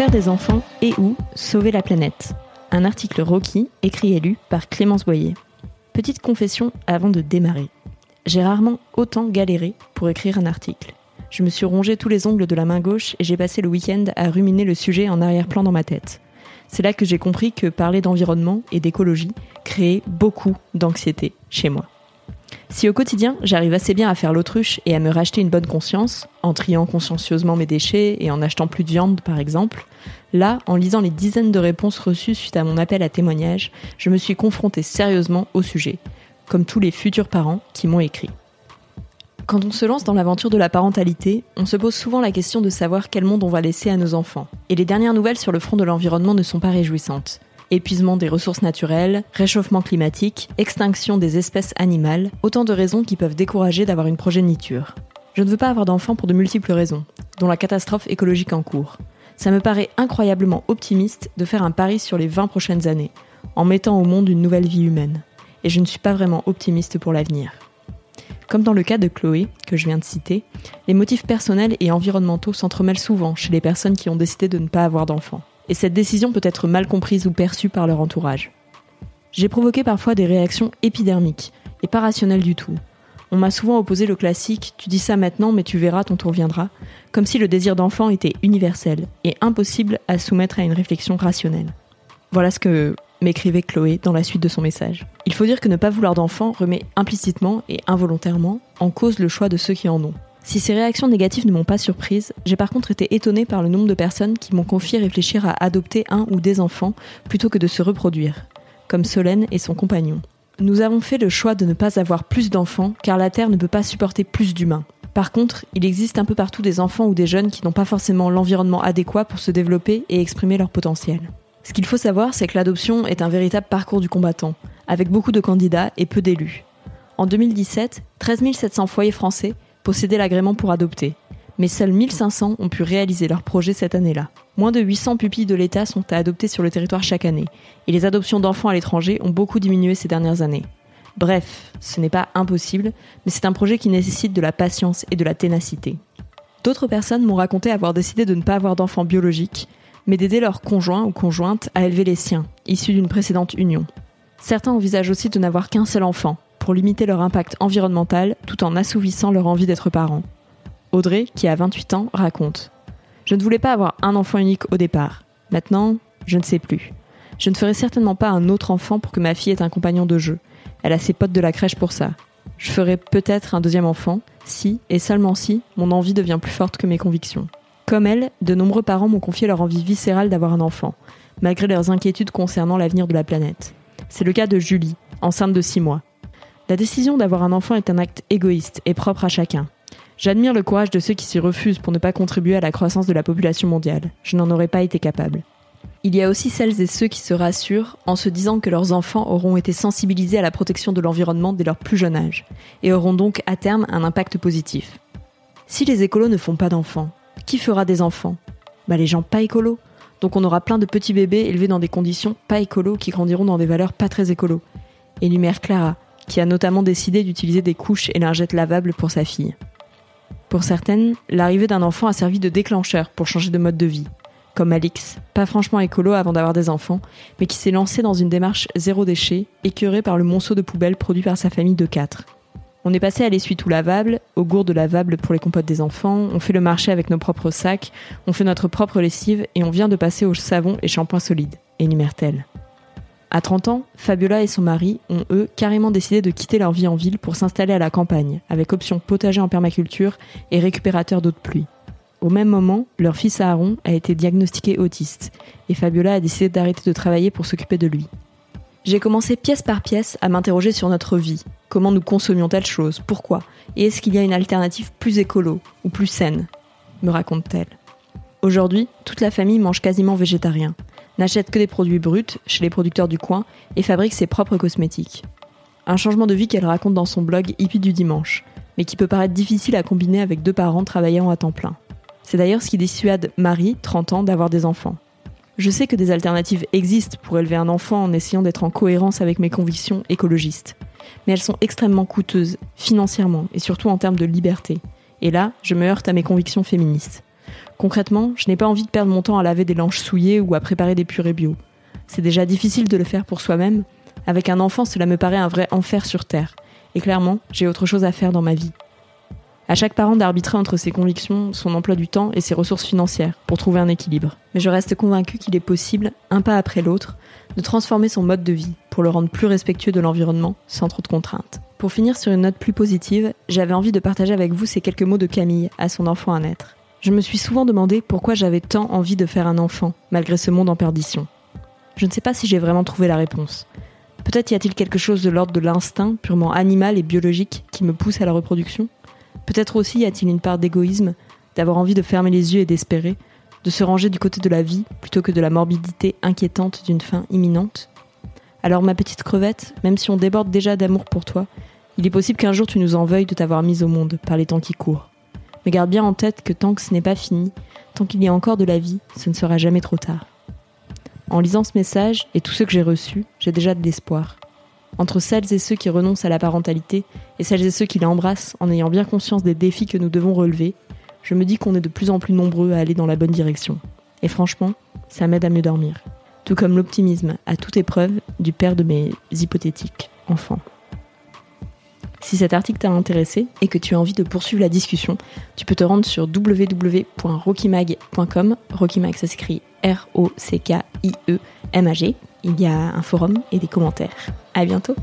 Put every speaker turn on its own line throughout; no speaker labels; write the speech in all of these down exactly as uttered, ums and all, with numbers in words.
Faire des enfants et ou sauver la planète. Un article Rocky, écrit et lu par Clémence Boyer. Petite confession avant de démarrer. J'ai rarement autant galéré pour écrire un article. Je me suis rongé tous les ongles de la main gauche et j'ai passé le week-end à ruminer le sujet en arrière-plan dans ma tête. C'est là que j'ai compris que parler d'environnement et d'écologie créait beaucoup d'anxiété chez moi. Si au quotidien, j'arrive assez bien à faire l'autruche et à me racheter une bonne conscience, en triant consciencieusement mes déchets et en achetant plus de viande par exemple, là, en lisant les dizaines de réponses reçues suite à mon appel à témoignage, je me suis confrontée sérieusement au sujet, comme tous les futurs parents qui m'ont écrit. Quand on se lance dans l'aventure de la parentalité, on se pose souvent la question de savoir quel monde on va laisser à nos enfants. Et les dernières nouvelles sur le front de l'environnement ne sont pas réjouissantes. Épuisement des ressources naturelles, réchauffement climatique, extinction des espèces animales, autant de raisons qui peuvent décourager d'avoir une progéniture. Je ne veux pas avoir d'enfants pour de multiples raisons, dont la catastrophe écologique en cours. Ça me paraît incroyablement optimiste de faire un pari sur les vingt prochaines années, en mettant au monde une nouvelle vie humaine. Et je ne suis pas vraiment optimiste pour l'avenir. Comme dans le cas de Chloé, que je viens de citer, les motifs personnels et environnementaux s'entremêlent souvent chez les personnes qui ont décidé de ne pas avoir d'enfants. Et cette décision peut être mal comprise ou perçue par leur entourage. J'ai provoqué parfois des réactions épidermiques, et pas rationnelles du tout. On m'a souvent opposé le classique « tu dis ça maintenant mais tu verras, ton tour viendra », comme si le désir d'enfant était universel et impossible à soumettre à une réflexion rationnelle. Voilà ce que m'écrivait Chloé dans la suite de son message. Il faut dire que ne pas vouloir d'enfant remet implicitement et involontairement en cause le choix de ceux qui en ont. Si ces réactions négatives ne m'ont pas surprise, j'ai par contre été étonnée par le nombre de personnes qui m'ont confié réfléchir à adopter un ou des enfants plutôt que de se reproduire, comme Solène et son compagnon. Nous avons fait le choix de ne pas avoir plus d'enfants car la Terre ne peut pas supporter plus d'humains. Par contre, il existe un peu partout des enfants ou des jeunes qui n'ont pas forcément l'environnement adéquat pour se développer et exprimer leur potentiel. Ce qu'il faut savoir, c'est que l'adoption est un véritable parcours du combattant, avec beaucoup de candidats et peu d'élus. En deux mille dix-sept, treize mille sept cents foyers français possédaient l'agrément pour adopter, mais seuls mille cinq cents ont pu réaliser leur projet cette année-là. Moins de huit cents pupilles de l'État sont à adopter sur le territoire chaque année, et les adoptions d'enfants à l'étranger ont beaucoup diminué ces dernières années. Bref, ce n'est pas impossible, mais c'est un projet qui nécessite de la patience et de la ténacité. D'autres personnes m'ont raconté avoir décidé de ne pas avoir d'enfants biologiques, mais d'aider leur conjoint ou conjointe à élever les siens, issus d'une précédente union. Certains envisagent aussi de n'avoir qu'un seul enfant, pour limiter leur impact environnemental tout en assouvissant leur envie d'être parents. Audrey, qui a vingt-huit ans, raconte « Je ne voulais pas avoir un enfant unique au départ. Maintenant, je ne sais plus. Je ne ferai certainement pas un autre enfant pour que ma fille ait un compagnon de jeu. Elle a ses potes de la crèche pour ça. Je ferai peut-être un deuxième enfant, si, et seulement si, mon envie devient plus forte que mes convictions. » Comme elle, de nombreux parents m'ont confié leur envie viscérale d'avoir un enfant, malgré leurs inquiétudes concernant l'avenir de la planète. C'est le cas de Julie, enceinte de six mois. La décision d'avoir un enfant est un acte égoïste et propre à chacun. J'admire le courage de ceux qui s'y refusent pour ne pas contribuer à la croissance de la population mondiale. Je n'en aurais pas été capable. Il y a aussi celles et ceux qui se rassurent en se disant que leurs enfants auront été sensibilisés à la protection de l'environnement dès leur plus jeune âge, et auront donc à terme un impact positif. Si les écolos ne font pas d'enfants, qui fera des enfants ? Bah les gens pas écolos. Donc on aura plein de petits bébés élevés dans des conditions pas écolos qui grandiront dans des valeurs pas très écolos. Énumère Clara, qui a notamment décidé d'utiliser des couches et lingettes lavables pour sa fille. Pour certaines, l'arrivée d'un enfant a servi de déclencheur pour changer de mode de vie. Comme Alix, pas franchement écolo avant d'avoir des enfants, mais qui s'est lancée dans une démarche zéro déchet, écœurée par le monceau de poubelles produit par sa famille de quatre. On est passé à l'essuie-tout lavable, aux gourdes lavables pour les compotes des enfants, on fait le marché avec nos propres sacs, on fait notre propre lessive et on vient de passer au savon et shampoing solide, énumère-t-elle. À trente ans, Fabiola et son mari ont, eux, carrément décidé de quitter leur vie en ville pour s'installer à la campagne, avec option potager en permaculture et récupérateur d'eau de pluie. Au même moment, leur fils Aaron a été diagnostiqué autiste, et Fabiola a décidé d'arrêter de travailler pour s'occuper de lui. J'ai commencé pièce par pièce à m'interroger sur notre vie. Comment nous consommions telle chose ? Pourquoi ? Et est-ce qu'il y a une alternative plus écolo ou plus saine ? Me raconte-t-elle. Aujourd'hui, toute la famille mange quasiment végétarien, n'achète que des produits bruts chez les producteurs du coin et fabrique ses propres cosmétiques. Un changement de vie qu'elle raconte dans son blog Hippie du dimanche, mais qui peut paraître difficile à combiner avec deux parents travaillant à temps plein. C'est d'ailleurs ce qui dissuade Marie, trente ans, d'avoir des enfants. Je sais que des alternatives existent pour élever un enfant en essayant d'être en cohérence avec mes convictions écologistes. Mais elles sont extrêmement coûteuses, financièrement et surtout en termes de liberté. Et là, je me heurte à mes convictions féministes. Concrètement, je n'ai pas envie de perdre mon temps à laver des linges souillés ou à préparer des purées bio. C'est déjà difficile de le faire pour soi-même. Avec un enfant, cela me paraît un vrai enfer sur Terre. Et clairement, j'ai autre chose à faire dans ma vie. À chaque parent d'arbitrer entre ses convictions, son emploi du temps et ses ressources financières pour trouver un équilibre. Mais je reste convaincue qu'il est possible, un pas après l'autre, de transformer son mode de vie pour le rendre plus respectueux de l'environnement, sans trop de contraintes. Pour finir sur une note plus positive, j'avais envie de partager avec vous ces quelques mots de Camille à son enfant à naître. Je me suis souvent demandé pourquoi j'avais tant envie de faire un enfant, malgré ce monde en perdition. Je ne sais pas si j'ai vraiment trouvé la réponse. Peut-être y a-t-il quelque chose de l'ordre de l'instinct, purement animal et biologique, qui me pousse à la reproduction ? Peut-être aussi y a-t-il une part d'égoïsme, d'avoir envie de fermer les yeux et d'espérer, de se ranger du côté de la vie plutôt que de la morbidité inquiétante d'une fin imminente. Alors ma petite crevette, même si on déborde déjà d'amour pour toi, il est possible qu'un jour tu nous en veuilles de t'avoir mise au monde par les temps qui courent. Mais garde bien en tête que tant que ce n'est pas fini, tant qu'il y a encore de la vie, ce ne sera jamais trop tard. En lisant ce message et tous ceux que j'ai reçus, j'ai déjà de l'espoir. Entre celles et ceux qui renoncent à la parentalité et celles et ceux qui l'embrassent en ayant bien conscience des défis que nous devons relever, je me dis qu'on est de plus en plus nombreux à aller dans la bonne direction. Et franchement, ça m'aide à mieux dormir. Tout comme l'optimisme à toute épreuve du père de mes hypothétiques enfants. Si cet article t'a intéressé et que tu as envie de poursuivre la discussion, tu peux te rendre sur w w w point rokimag point com. Rokimag, ça s'écrit R O C K I E M A G. Il y a un forum et des commentaires. À bientôt.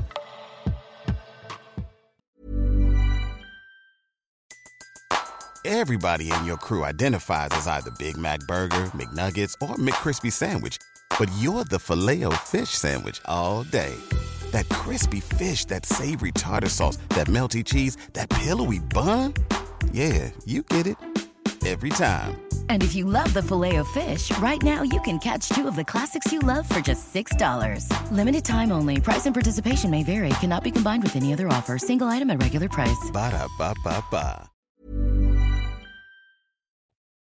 Everybody in your crew identifies as either Big Mac Burger, McNuggets, or McCrispy Sandwich. But you're the Filet-O-Fish Sandwich all day. That crispy fish, that savory tartar sauce, that melty cheese, that pillowy bun. Yeah, you get it. Every time.
And if you love the Filet-O-Fish, right now you can catch two of the classics you love for just six dollars. Limited time only. Price and participation may vary. Cannot be combined with any other offer. Single item at regular price.
Ba-da-ba-ba-ba.